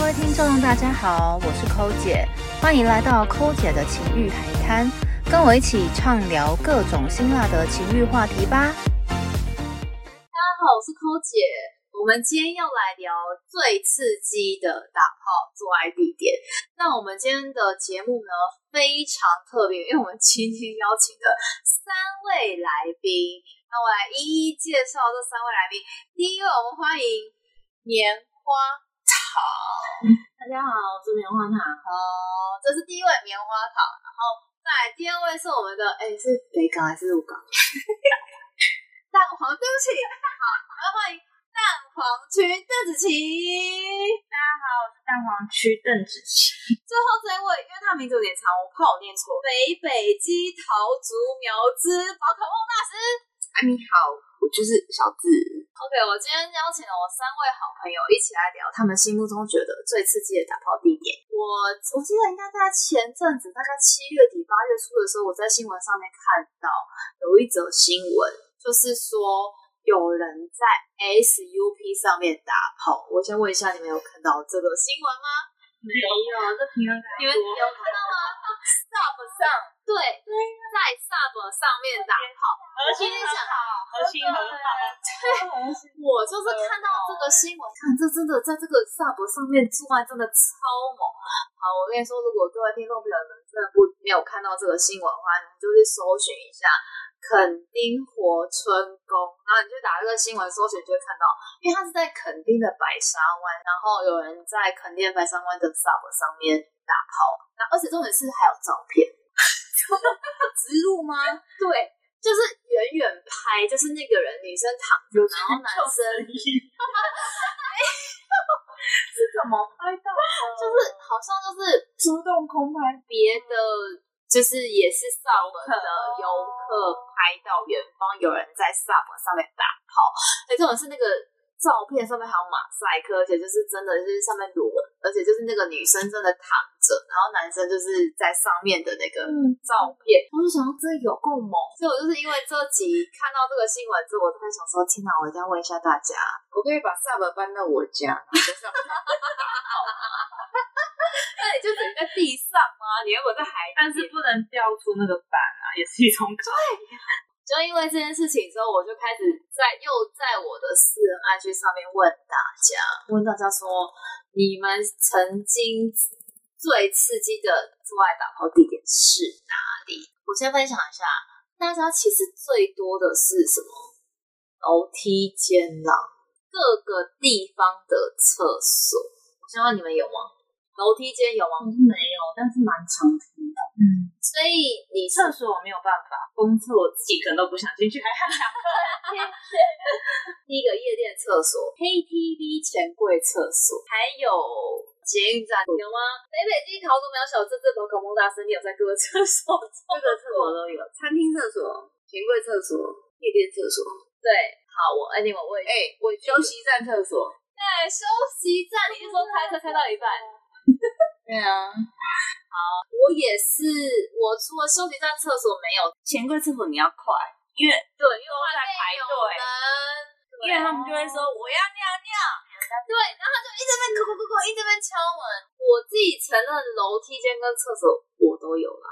位听众大家好，我是抠姐，欢迎来到抠姐的情欲海滩，跟我一起畅聊各种辛辣的情欲话题吧。 大家好，我是抠姐，我们今天要来聊最刺激的打炮做爱地点。那我们今天的节目呢非常特别，因为我们今天邀请了3位来宾，那我来一一介绍这3位来宾。第一位，我们欢迎棉花糖。 大家好，我是棉花糖。 这是第一位棉花糖。然后再来第二位是我们的，是北港还是鹿港？蛋黄，对不起。好，我们欢迎蛋黄区邓紫棋。 大家好，我是蛋黄区邓紫棋。 最后这一位，因为他名字有点长，我怕我念错。北基桃竹苗之宝可梦大师。 你好，我就是小智。 OK， 我今天邀请了我3位好朋友一起来聊他们心目中觉得最刺激的打炮地点。我记得应该在前阵子，大概7月底8月初的时候，我在新闻上面看到有一则新闻，就是说有人在 SUP 上面打炮。我先问一下，你们有看到这个新闻吗？ 没有，这评论你们有看到吗？Sub 上，对，在 Sub 上面打炮， 核心很好，核心很好。 对，我就是看到这个新闻，看这真的在这个 Sub 上面做爱真的超猛。好，我跟你说，如果各位听众朋友们真的没有看到这个新闻的话，你们就是搜寻一下垦丁活春宫，然后你就打这个新闻搜寻，就会看到，因为它是在垦丁的白沙湾，然后有人在垦丁的白沙湾的 Sub 上面打炮，那而且重点是还有照片， 植入吗？ 对，就是远远拍，就是那个人女生躺着，然后男生是怎么拍到的？ 就是好像就是主动空拍， 别的就是也是 Sub 的游客拍到远方有人在 Sub 上面打炮，而且这种是那个照片上面还有马赛克，而且就是真的就是上面裸，而且就是那个女生真的躺着，然后男生就是在上面的那个照片，我就想到这有够猛，所以我就是因为这集看到这个新闻之后，我突然想说，天哪，我一定要问一下大家， 我可以把 Sub 搬到我家，在上面那你就只能在地上吗？你如果在海底， 但是不能掉出那个板啊，也是一种考验。 就因为这件事情之后，我就开始又在我的私人 IG 上面问大家说，你们曾经最刺激的做爱打炮地点是哪里？我先分享一下，大家其实最多的是什么？楼梯间啦，各个地方的厕所。我想问你们有吗？楼梯间有吗？ 没有，但是蛮常听到。 所以你厕所没有办法，公厕我自己可能都不想进去，还要讲。 第一个夜店厕所、KTV 钱柜厕所，还有捷运站有吗？北基桃竹苗小智智宝可梦大师，你有在各个厕所？ 各个厕所都有，餐厅厕所、钱柜厕所、夜店厕所。 对，好，我问我休息站厕所。 对，休息站，你是说开车开到一半？ 对啊。 好，我也是，我除了休息站厕所没有， 钱柜厕所你要快，因为对，因为在排队，因为他们就会说我要尿尿， 对，然后他就一直在一直在敲门。我自己承认，楼梯间跟厕所我都有啦。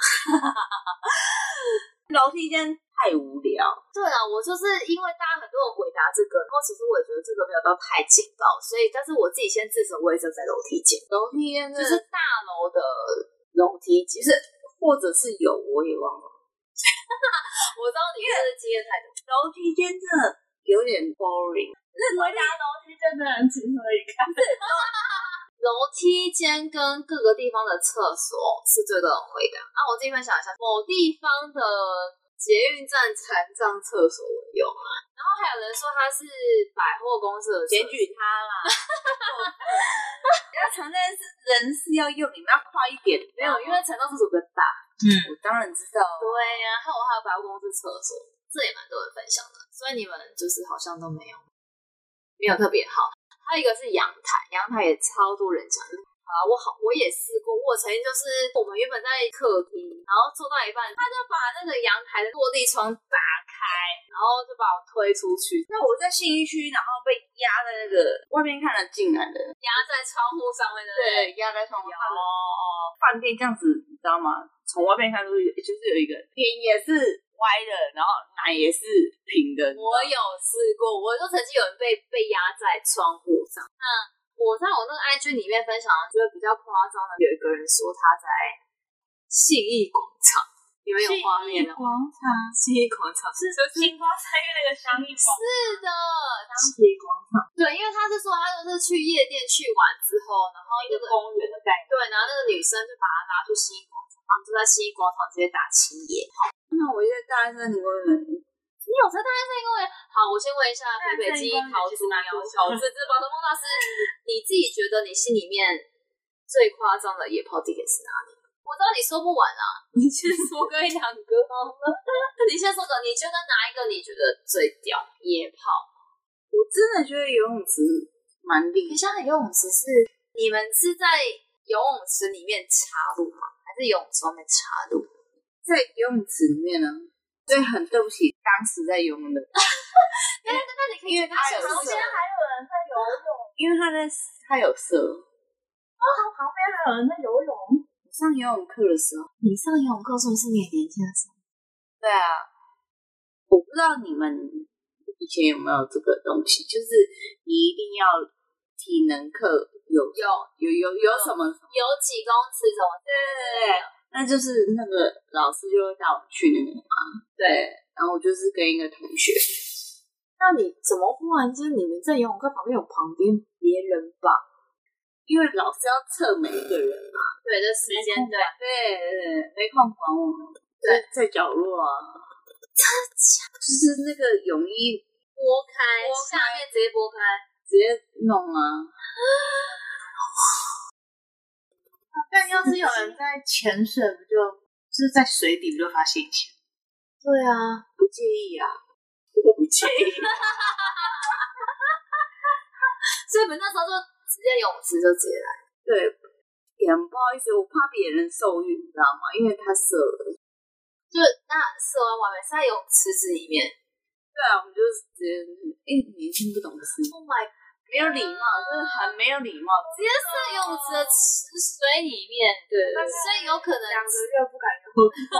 楼梯间太无聊。 对啊，我就是因为大家很多人回答这个，然后其实我也觉得这个没有到太劲爆，所以但是我自己先自首，我也就在楼梯间。 楼梯间就是大楼的楼梯间， 或者是有，我也忘了。 我知道你是经验太多， 楼梯间真的有点 boring。 回答楼梯间的人情何以堪？ 楼梯间跟各个地方的厕所是最多人回答。我自己分享一下，某地方的捷运站残障厕所我有，然后还有人说他是百货公司的， 检举他啦。人家残障人是要用，你们要快一点。 没有，因为残障厕所比较大。 我当然知道。 对呀，还有百货公司厕所，这也蛮多人分享的。所以你们就是好像都没有特别好。还有一个是阳台，阳台也超多人讲。我也试过，我曾经就是我们原本在客厅，然后做到一半，他就把那个阳台的落地窗打开， 然后就把我推出去， 那我在信义区，然后被压在那个外面看得进来的， 压在窗户上面的。 对，压在窗户上的饭店这样子，你知道吗？从外面看出去，就是有一个脸也是歪的，然后奶也是平的。 我有试过，我就曾经有人被压在窗户上。那我在我那个 IG 里面分享的，觉得比较夸张的，有一个人说他在信义广场，你们有画面吗？信义广场是星光三月那个信义广场， 是的， 信义广场对，因为他是说他就是去夜店去完之后，然后一个公园的概念， 对，然后那个女生就把他拉去信义广场，他们就在信义广场直接打青野炮。 那我觉得大安森林公园， 你有在大安森林公园？好，我先问一下北北基桃竹苗乔治这宝的梦大师，你自己觉得你心里面最夸张的野炮地点是哪里？我知道你说不完啊，你先说个一两个好了。你先说个，你觉得哪一个你觉得最屌野炮？ 我真的觉得游泳池蛮厉害。 你想游泳池是你们是在游泳池里面插入吗？还是游泳池外面插入？ 在游泳池里面呢，所以很对不起当时在游泳的。 那你可以，因为他旁边还有人在游泳， 因为他有蛇。 旁边还有人在游泳。 我上游泳课的时候， 你上游泳课是不是你也年轻的时候？ 对啊，我不知道你们以前有没有这个东西，就是你一定要体能课有什么有几公尺什么？ 对。那就是那个老师就会带我去那个嘛，对，然后我就是跟一个同学。 那你怎么忽然间你们在游泳课旁边有旁边别人吧？ 因为老师要测每一个人嘛， 对，这时间对， 没空管我们，在角落啊，就是那个泳衣拨开，下面直接拨开， 直接弄啊。 但要是有人在潜水，不就是在水底不就发现钱？ 对啊， 不介意啊，我不介意。 所以你们那时候就直接泳池就直接来。 对，也很不好意思，我怕别人受孕，你知道吗？因为他射了。 就是那射完完美是在泳池子里面。 对啊，我们就是直接，年轻不懂事。 Oh my god。 没有礼貌，真的很没有礼貌。 直接是游泳池的池水里面，对，所以有可能 2个月不敢游。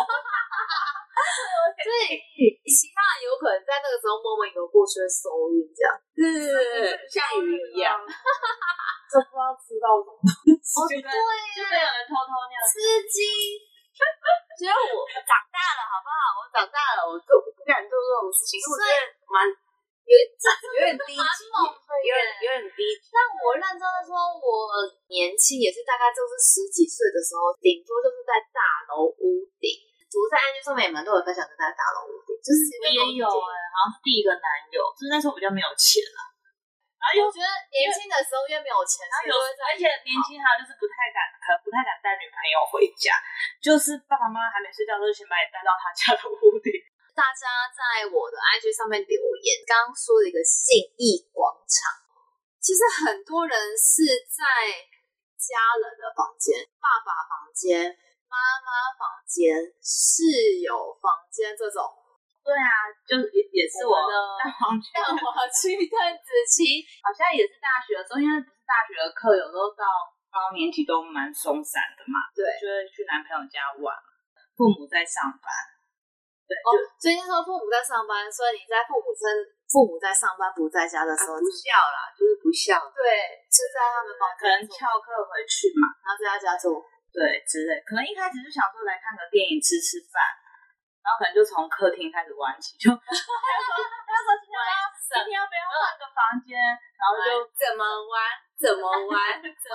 所以其他人有可能在那个时候默默游过去会受孕，这样， 对，像鱼一样， 都不知道吃到什么。 对， 就跟有人偷偷尿， 吃惊。 觉得我长大了，好不好？我长大了，我不敢做这种事情，我觉得有点低级，有点低级。 但我认真的说，我年轻也是大概就是10几岁的时候，顶多就是在大楼屋顶。我在 IG 上面也蛮多人分享的，在大楼屋顶，就是我也有好像是第一个男友，就是那时候比较没有钱了。然后我觉得年轻的时候因为没有钱， 而且年轻还有就是可能不太敢带女朋友回家，就是爸爸妈妈还没睡觉，就先把你带到他家的屋顶。 大家在我的 IG 上面留言，刚刚说了一个信义广场，其实很多人是在家人的房间、爸爸房间、妈妈房间、室友房间这种。 对啊，就是也是我的蛋黄区邓紫棋， 好像也是大学的时候，因为不是大学的课，有时候到高年级都蛮松散的嘛， 对， 就会去男朋友家玩，父母在上班。对， 所以说父母在上班，所以你在父母在上班不在家的时候， 不孝啦，就是不孝。 对，就在他们房可能翘课回去嘛， 然后在他家做， 对之类。可能一开始就想说来看个电影，吃饭，然后可能就从客厅开始玩起，就他说今天要不要换个房间，然后就怎么玩。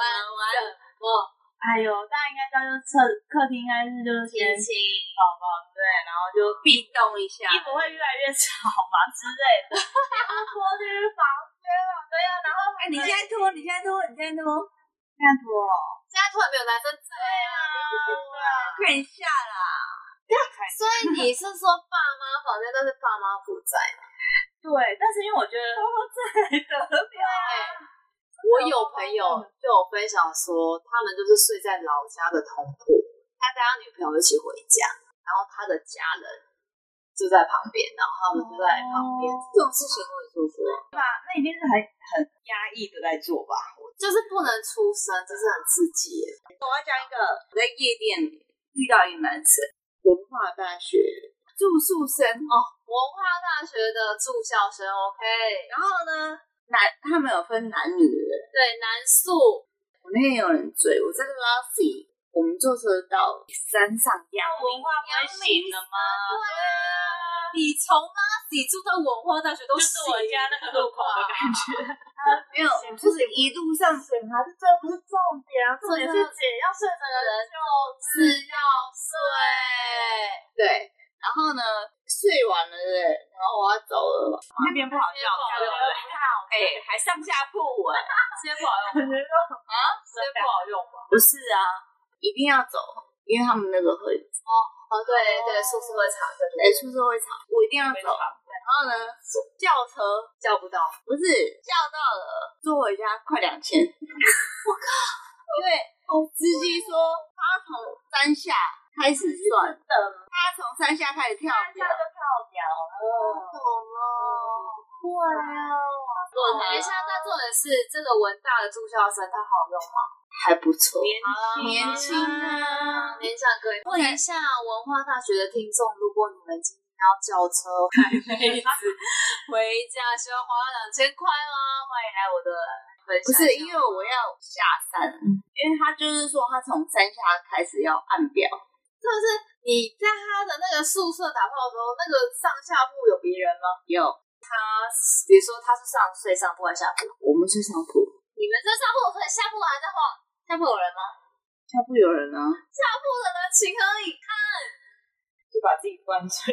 哎呦，大家应该知道，就是客厅应该是就是先亲宝宝，对，然后就壁咚一下， 衣服会越来越少嘛之类的。拖进房间了，对呀，然后你现在脱， 现在脱哦。 现在突然没有男生在啊， 看一下啦。 所以你是说爸妈房间，但是爸妈不在？ 对，但是因为我觉得在得了。 我有朋友就有分享说，他们就是睡在老家的同铺，他带他女朋友一起回家，然后他的家人就就在旁边，然后他们就在旁边。 这种事情我也做过。 那一定是很压抑的在做吧？ 就是不能出声，这是很刺激耶。 我要讲一个，我在夜店遇到一个男生，文化大学住宿生哦，文化大学的住校生 ，OK。 然后呢，他们有分男女的， 对，男宿。 我那天有人追我，在 Lassie， 我们坐车到山上阳明， 文化不会醒了吗？ 对啊，你从 Lassie 住到文化大学都就是我家那个路口的感觉。 没有，就是一路上醒还是这不是重点啊，重点是姐要睡着的人就是要睡。 对，然后呢，睡完了对，然后我要走了， 那边不好叫， 还上下铺先不好用啊？先不好用吧？ 不是啊，一定要走，因为他们那个会对对，宿舍会查的， 宿舍会查，我一定要走。然后呢，叫车叫不到， 不是叫到了，坐回家快2000。我靠！因为司机说他从山下开始算，他从山下开始跳表， 懂了。对啊。等一下，但重点是这个文大的住校生，他好用吗？ 还不错， 年轻啊， 勉强可以。问一下文化大学的听众，如果你们今天要叫车开妹子回家，需要花2000块吗？欢迎来我的分享。 不是，因为我要下山，因为他就是说他从山下开始要按表。 就是你在他的那个宿舍打炮的时候，那个上下铺有别人吗？ 有， 他比如说他是睡上铺还是下铺？ 我们睡上铺。 你们在上铺，所以下铺还在晃。下铺有人吗？ 下铺有人啊。 下铺的人情何以堪？ 就把自己灌醉。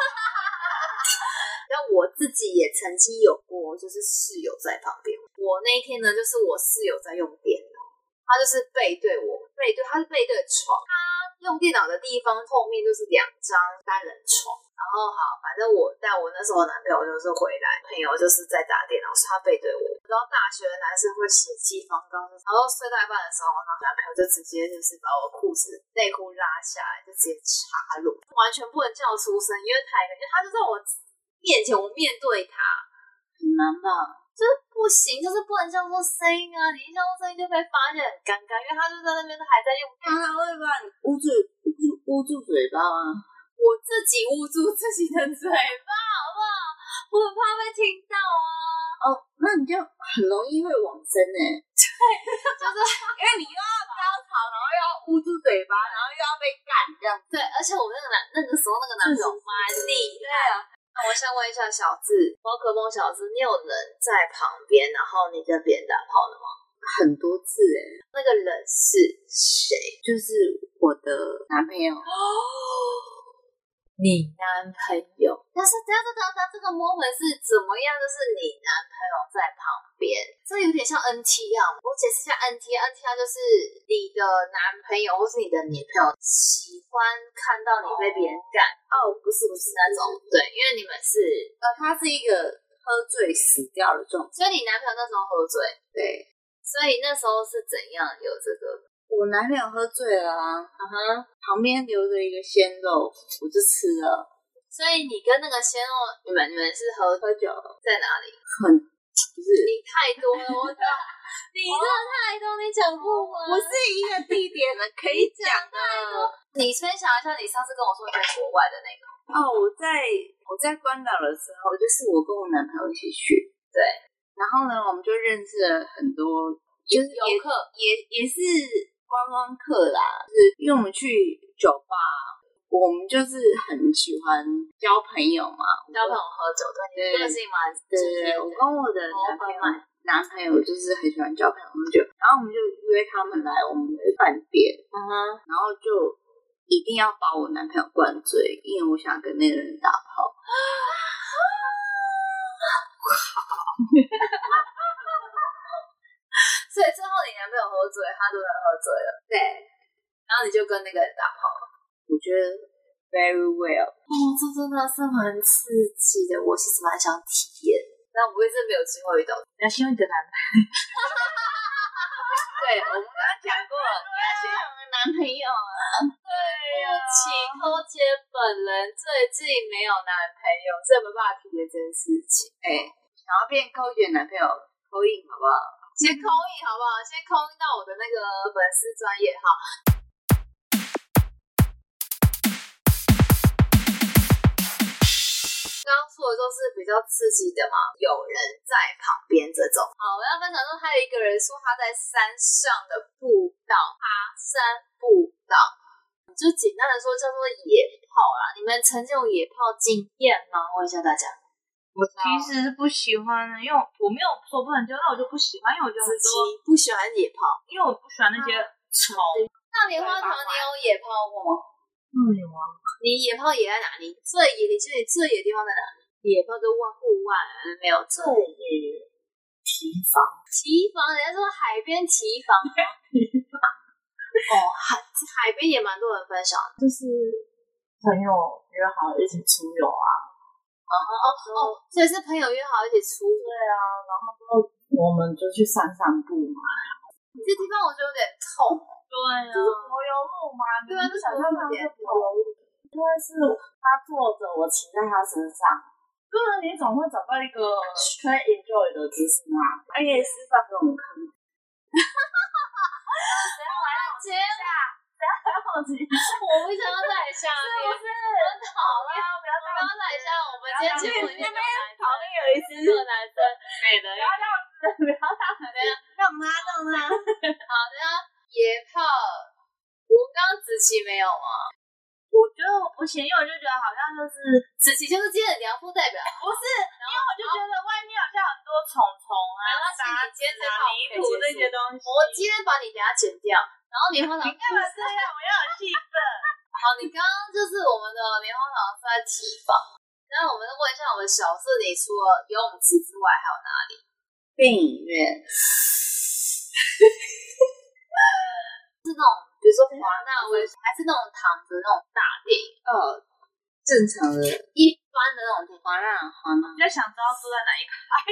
那我自己也曾经有过，就是室友在旁边。我那一天呢，就是我室友在用电脑，他就是背对我，他是背对床，他用电脑的地方后面就是2张单人床。然后好，反正我带我那时候的男朋友就是回来，朋友就是在打电脑，所以他背对我。你知道大学的男生会血气方刚，然后睡到一半的时候，然后男朋友就直接就是把我裤子内裤拉下来，就直接插入，完全不能叫出声，因为他就在我面前，我面对他， 很难吧？ 就是不行，就是不能叫出声音啊！你一叫出声音就被发现，很尴尬，因为他就在那边还在用电脑。 他会把你捂住嘴巴吗？ 我自己捂住自己的嘴巴，好不好？我很怕被听到啊。 那你就很容易会往生对，就是因为你又要高潮，然后又要捂住嘴巴，然后又要被干这样。 对，而且我那个时候那个男朋友蛮厉害啊。那我想问一下小智，宝可梦小智，你有人在旁边，然后你跟别人打炮的吗？ 很多次那个人是谁？ 就是我的男朋友。 你男朋友？但是这个 moment 是怎么样？就是你男朋友在旁边，这有点像 NT 啊。我解释一下 NT 就是你的男朋友或是你的女朋友喜欢看到你被别人干。不是那种，对，因为你们是他是一个喝醉死掉的状态， 所以你男朋友那时候喝醉， 对， 所以那时候是怎样有这个？ 我男朋友喝醉了啊，旁边留着一个鲜肉，我就吃了。 所以你跟那个鲜肉，你们是喝酒在哪里？ 不是你太多了，我操！你真的太多，你讲不完。 不是一个地点的可以讲的。 你分享一下你上次跟我说你在国外的那个。 我在关岛的时候，就是我跟我男朋友一起去， 对， 然后呢，我们就认识了很多，就是游客， 也是观光客啦，就是因为我们去酒吧，我们就是很喜欢交朋友嘛， 交朋友喝酒，对，个性蛮对，我跟我的男朋友就是很喜欢交朋友喝酒，然后我们就约他们来我们的饭店，然后就一定要把我男朋友灌醉，因为我想跟那个人打炮。 所以最后你男朋友喝醉，他突然喝醉了， 对， 然后你就跟那个人打炮了。 我觉得 very well。 这真的是蛮刺激的，我其实蛮想体验，但我一直没有机会遇到。 你要先用你的男朋友。 对，我们刚刚讲过了，你要先有个男朋友啊。 对呀，请偷姐本人最近没有男朋友，所以没办法提这件事情。 想要变抠姐男朋友扣印好不好？ 先扣印好不好？先扣印到我的那个粉丝专页哈。刚刚说的都是比较刺激的嘛，有人在旁边这种。好，我要分享说，还有一个人说他在山上的步道，爬山步道，就简单的说叫做野炮啦。你们曾经有野炮经验吗？问一下大家。 我其实不喜欢的，因为我没有说不能接受，那我就不喜欢，因为我觉得很多不喜欢野炮， 因为我不喜欢那些虫。 那棉花糖你有野炮过吗？ 有啊。 你野炮野在哪里？最野，你觉得你最野的地方在哪里？野炮就户外，没有最野。 提防， 人家说海边提防。海边也蛮多人分享， 就是朋友约好一起出游啊。 所以是朋友约好一起出。 对啊，然后我们就去散步嘛。 这地方我觉得有点痛。 对啊，就是柏油路嘛。 对啊，就想象有点柏油路，因为是他坐着，我骑在他身上。对啊，你总会找到一个可以 enjoy 的姿势嘛，而且示范给我们看。 接下，我不想要在下面，是不是？很好啦，不要在下。我们今天节目里面旁边有一只男生，美的，不要这样子，不要这样子， 弄他。 好的，野炮，我刚子琪没有吗？ 我觉得我不行，因为我就觉得好像就是子琪就是今天的良夫代表， 不是，因为我就觉得外面好像很多虫啊、沙子啊、泥土这些东西。 我今天把你等下剪掉，然后棉花糖。 你干嘛这样？我要有气氛。 好，你刚刚就是我们的棉花糖是在提防。那我们问一下我们小四，你除了游泳池之外还有哪里？ 电影院。 是那种，比如说华纳威，还是那种躺着那种大电影？ 正常的， 一般的那种电影。 华纳。 我就想知道坐在哪一排。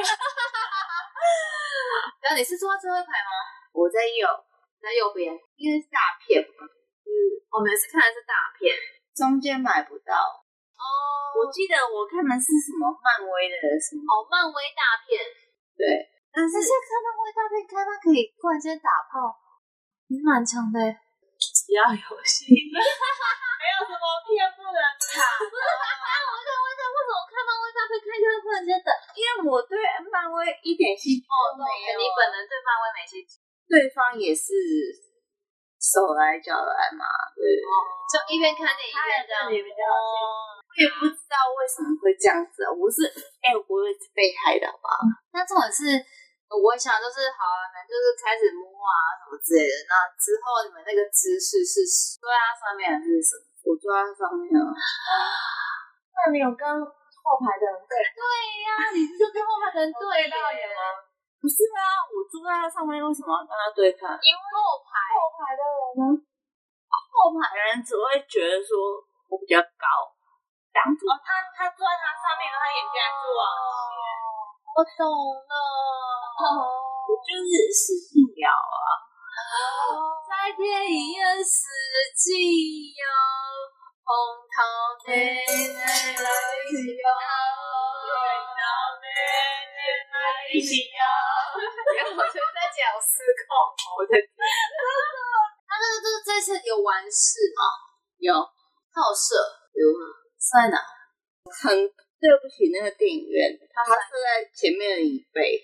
然后你是坐在最后一排吗？ 我在右边，因为是大片嘛。 我每次看的是大片， 中间买不到。我记得我看的是什么漫威的什么。 漫威大片。 对，但是现在看漫威大片，看它可以突然间打炮，你蛮强的。 只要有戏，没有什么片不能看。 不是，我想问一下，为什么看漫威大片看一看突然间的？ 因为我对漫威一点兴趣都没有。 你本人对漫威没兴趣， 对方也是手来脚来嘛，对。 就一边看电影一边这样。 我也不知道为什么会这样子，我是被害的吧？ 那这种是。我想就是好啊，就是开始摸啊什么之类的。那之后你们那个姿势是坐在它上面还是什么？ 我坐在上面啊。 那你有跟后排的人对？ 对呀，你就跟后排的人对到眼吗？ 不是啊，我坐在他上面，为什么要跟他对看？ 因为后排的人呢？ 后排的人只会觉得说我比较高，挡住。 他坐在他上面，他眼睛还是往前。 我懂了。 我就是使劲摇啊。 在电影院使劲摇，红桃妹妹来一起摇，红桃妹妹来一起摇。我就在讲失控，我的天！他就是这次有完事吗？ 有， 他有射， 有在哪？ 很对不起那个电影院，他是在前面的椅背。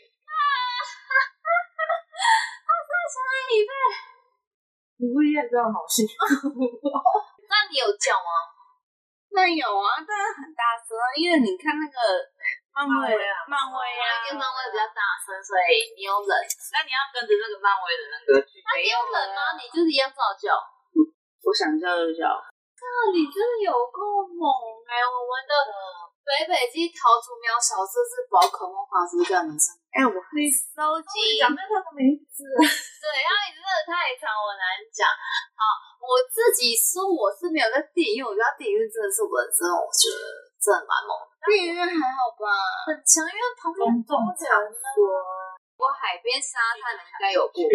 他在前面椅背， 不会也这样好心。 那你有叫吗？ 那有啊，但是很大声，因为你看那个漫威啊， 因为漫威比较大声，所以你有忍。 那你要跟着那个漫威的那个剧， 那你有忍吗？你就是一样照叫。 我想叫就叫。 你真的有够猛我们的北极桃竹苗小智是宝可梦法师叫名称。 我会收集。 讲到他的名字。 对，然后你真的太长，我难讲。好，我自己说我是没有在电影院，我觉得电影院真的是我人生，我觉得真的蛮猛的。 电影院还好吧？ 很强，因为旁边公众场所。 我海边沙滩你应该有过吧？我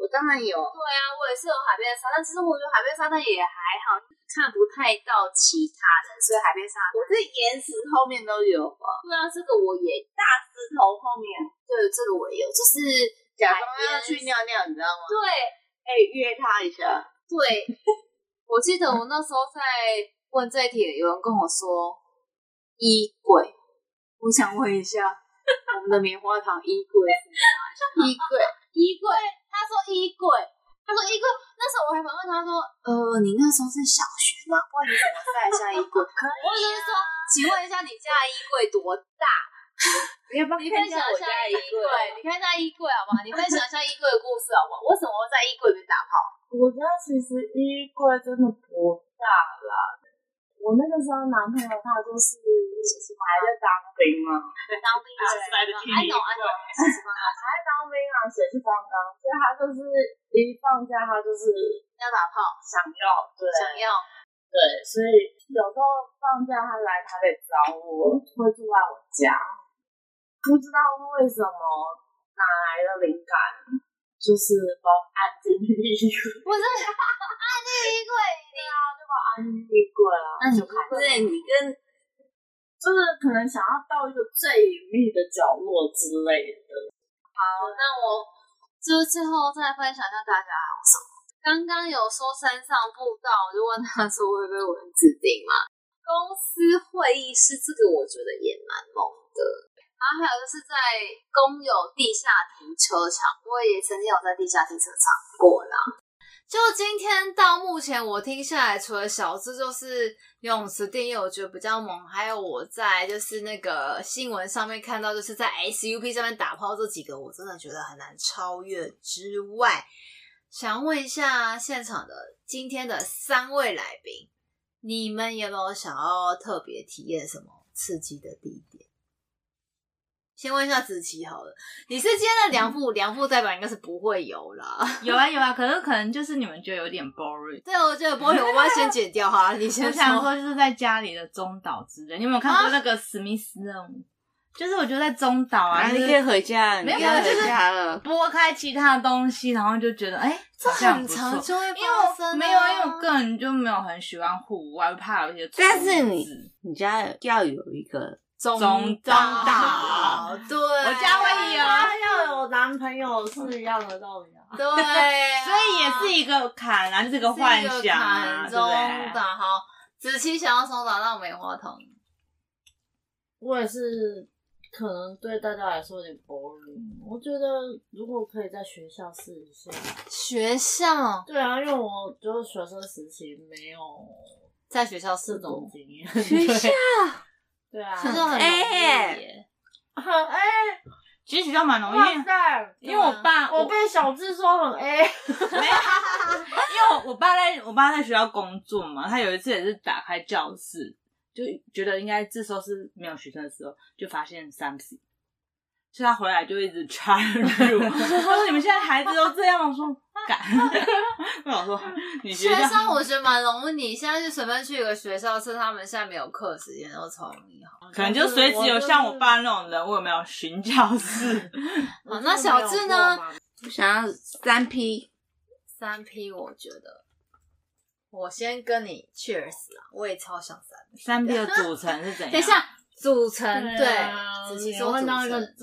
我当然有。 对啊，我也是有海边沙滩，其实我觉得海边沙滩也还好，看不太到其他人，所以海边沙滩我这岩石后面都有吧？ 对啊，这个我也大石头后面， 对，这个我也有，就是假装要去尿尿，你知道吗？ 对， 约他一下。 对，我记得我那时候在问这一题，有人跟我说衣柜，我想问一下，我们的棉花糖衣柜是哪？衣柜，他说衣柜，那时候我还反问他说，你那时候是小学吗？不然你怎么带一下衣柜？我就是说，请问一下，你家的衣柜多大？ 你要不要你分享一下衣柜？你看一下衣柜好不好？你分享一下衣柜的故事好不好？为什么会在衣柜里面打炮？ 我家其实衣柜真的不大啦。我那个时候男朋友他就是还在当兵嘛， 当兵啊，I know，还在当兵啊，血气方刚，所以他就是一放假他就是要打炮， 想要，对，对，所以有时候放假他来台北找我，会住在我家，不知道为什么哪来的灵感，就是把我按进衣柜， 不是按进衣柜里啊， 就把我按进衣柜啊，就开始。 对，你跟就是可能想要到一个最隐秘的角落之类的。 好，那我就最后再分享一下大家还有什么。刚刚有说山上步道，我就问他说会不会蚊子叮嘛？公司会议室这个我觉得也蛮猛的。然后还有就是在公有地下停车场，我也曾经有在地下停车场过啦。就今天到目前我听下来，除了小智就是游泳池定义我觉得比较猛，还有我在就是那个新闻上面看到就是在 SUP 上面打炮这几个我真的觉得很难超越之外，想问一下现场的今天的3位来宾，你们有没有想要特别体验什么刺激的地点？先问一下子琪好了，你是今天的良副代表应该是不会有啦。 有啊，可能就是你们觉得有点 boring。 对，我觉得 boring， 我要先剪掉哈。你先我想说就是在家里的中岛之类，你有没有看过那个史密斯任务？就是我觉得在中岛啊， 你可以回家了， 没有回家了， 拨开其他东西，然后就觉得这很常就会发生啊。 因为我个人就没有很喜欢户外，怕有一些。 但是你家要有一个中岛，对， 我家会有， 要有男朋友是一样的道理啊。 对， 所以也是一个坎啊，就是个幻想啊， 中岛。好，子琪想要中岛到棉花糖， 我也是。可能对大家来说有点 boring， 我觉得如果可以在学校试一下。 学校？ 对啊，因为我就是学生时期没有在学校试这种经验。 学校？ 对啊， 学校很容易耶。 其实学校蛮容易，因为我被小智说很 A， 没有，因为我爸在学校工作嘛，他有一次也是打开教室。就觉得应该这时候是没有学生的时候，就发现3C，所以他回来就一直插入。他说：“你们现在孩子都这样。”我说：“敢。”我想说，你学校我觉得蛮容易，你现在就随便去一个学校，是他们现在没有课时间都超容易好。 可能就随时有像我爸那种人，我有没有巡教室？ 好，那小智呢？ 我想要3P， 我觉得。我先跟你 cheers 啦，我也超想 3P 的组成是怎样？ 等一下，组成对，子琪说组成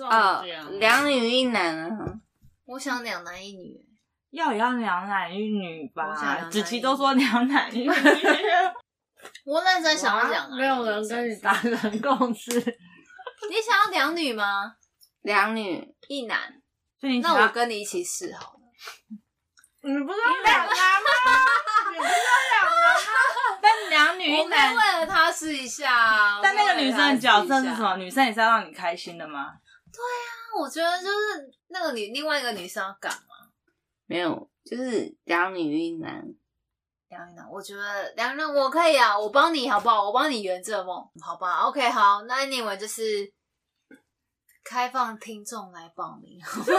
2女1男啊。 我想2男1女， 也要2男1女吧？子琪都说2男1女。 我认真想要2男， 没有人跟你达成共识。 你想要2女吗 ？2女 1男， 那我跟你一起试好了。 你不是要2男吗？你不是要2男吗？ 但2女1男， 我为了他试一下。 但那个女生的角色是什么？女生也是要让你开心的吗？ 对啊，我觉得就是那个另外一个女生要干嘛？ 没有，就是2女1男。 2女1男，我觉得2人我可以啊，我帮你好不好？我帮你圆这个梦，好吧 ？OK， 好，那你们就是开放听众来报名。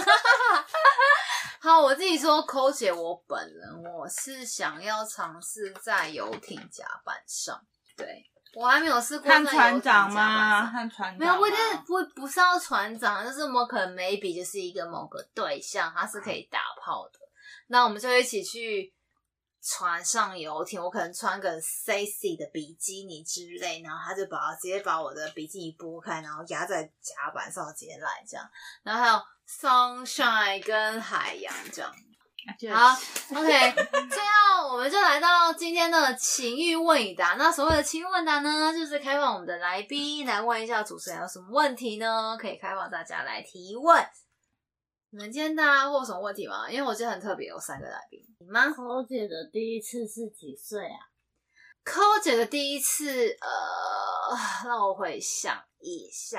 好，我自己说，抠姐，我本人我是想要尝试在游艇甲板上，对我还没有试过看船长吗？看船长没有，不是要船长，就是我可能 maybe 就是一个某个对象，他是可以打炮的， 那我们就一起去船上游艇，我可能穿个 sexy 的比基尼之类，然后他就直接把我的比基尼拨开，然后压在甲板上直接来这样，然后还有 sunshine 跟海洋这样。好 ，OK， 最后我们就来到今天的情欲问与答。那所谓的情欲问答呢，就是开放我们的来宾来问一下主持人有什么问题呢？可以开放大家来提问。你们今天大家会有什么问题吗？因为我今天很特别，有3个来宾。你吗？ 抠姐的第一次是几岁啊？ 抠姐的第一次，让我回想一下，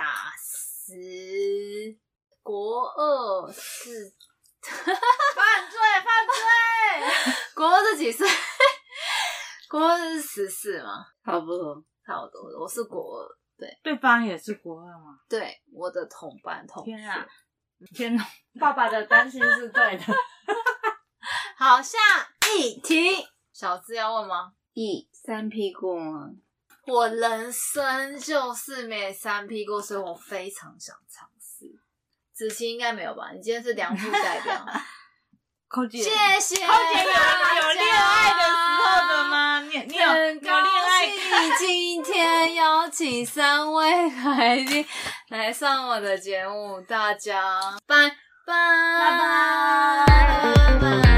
国2是犯罪， 国2是几岁？国2是14吗？ 差不多。 我是国2， 对方也是国2吗？ 对，我的同班同学。 天哪，爸爸的担心是对的。 好，下一题，小资要问吗 3P 过吗？ 我人生就是没3P 过，所以我非常想尝试。子琪应该没有吧？你今天是良副代表。 寇姐， 谢谢。 寇姐有恋爱的时候的吗？你有恋爱？ 今天邀请3位来宾来上我的节目，大家拜拜。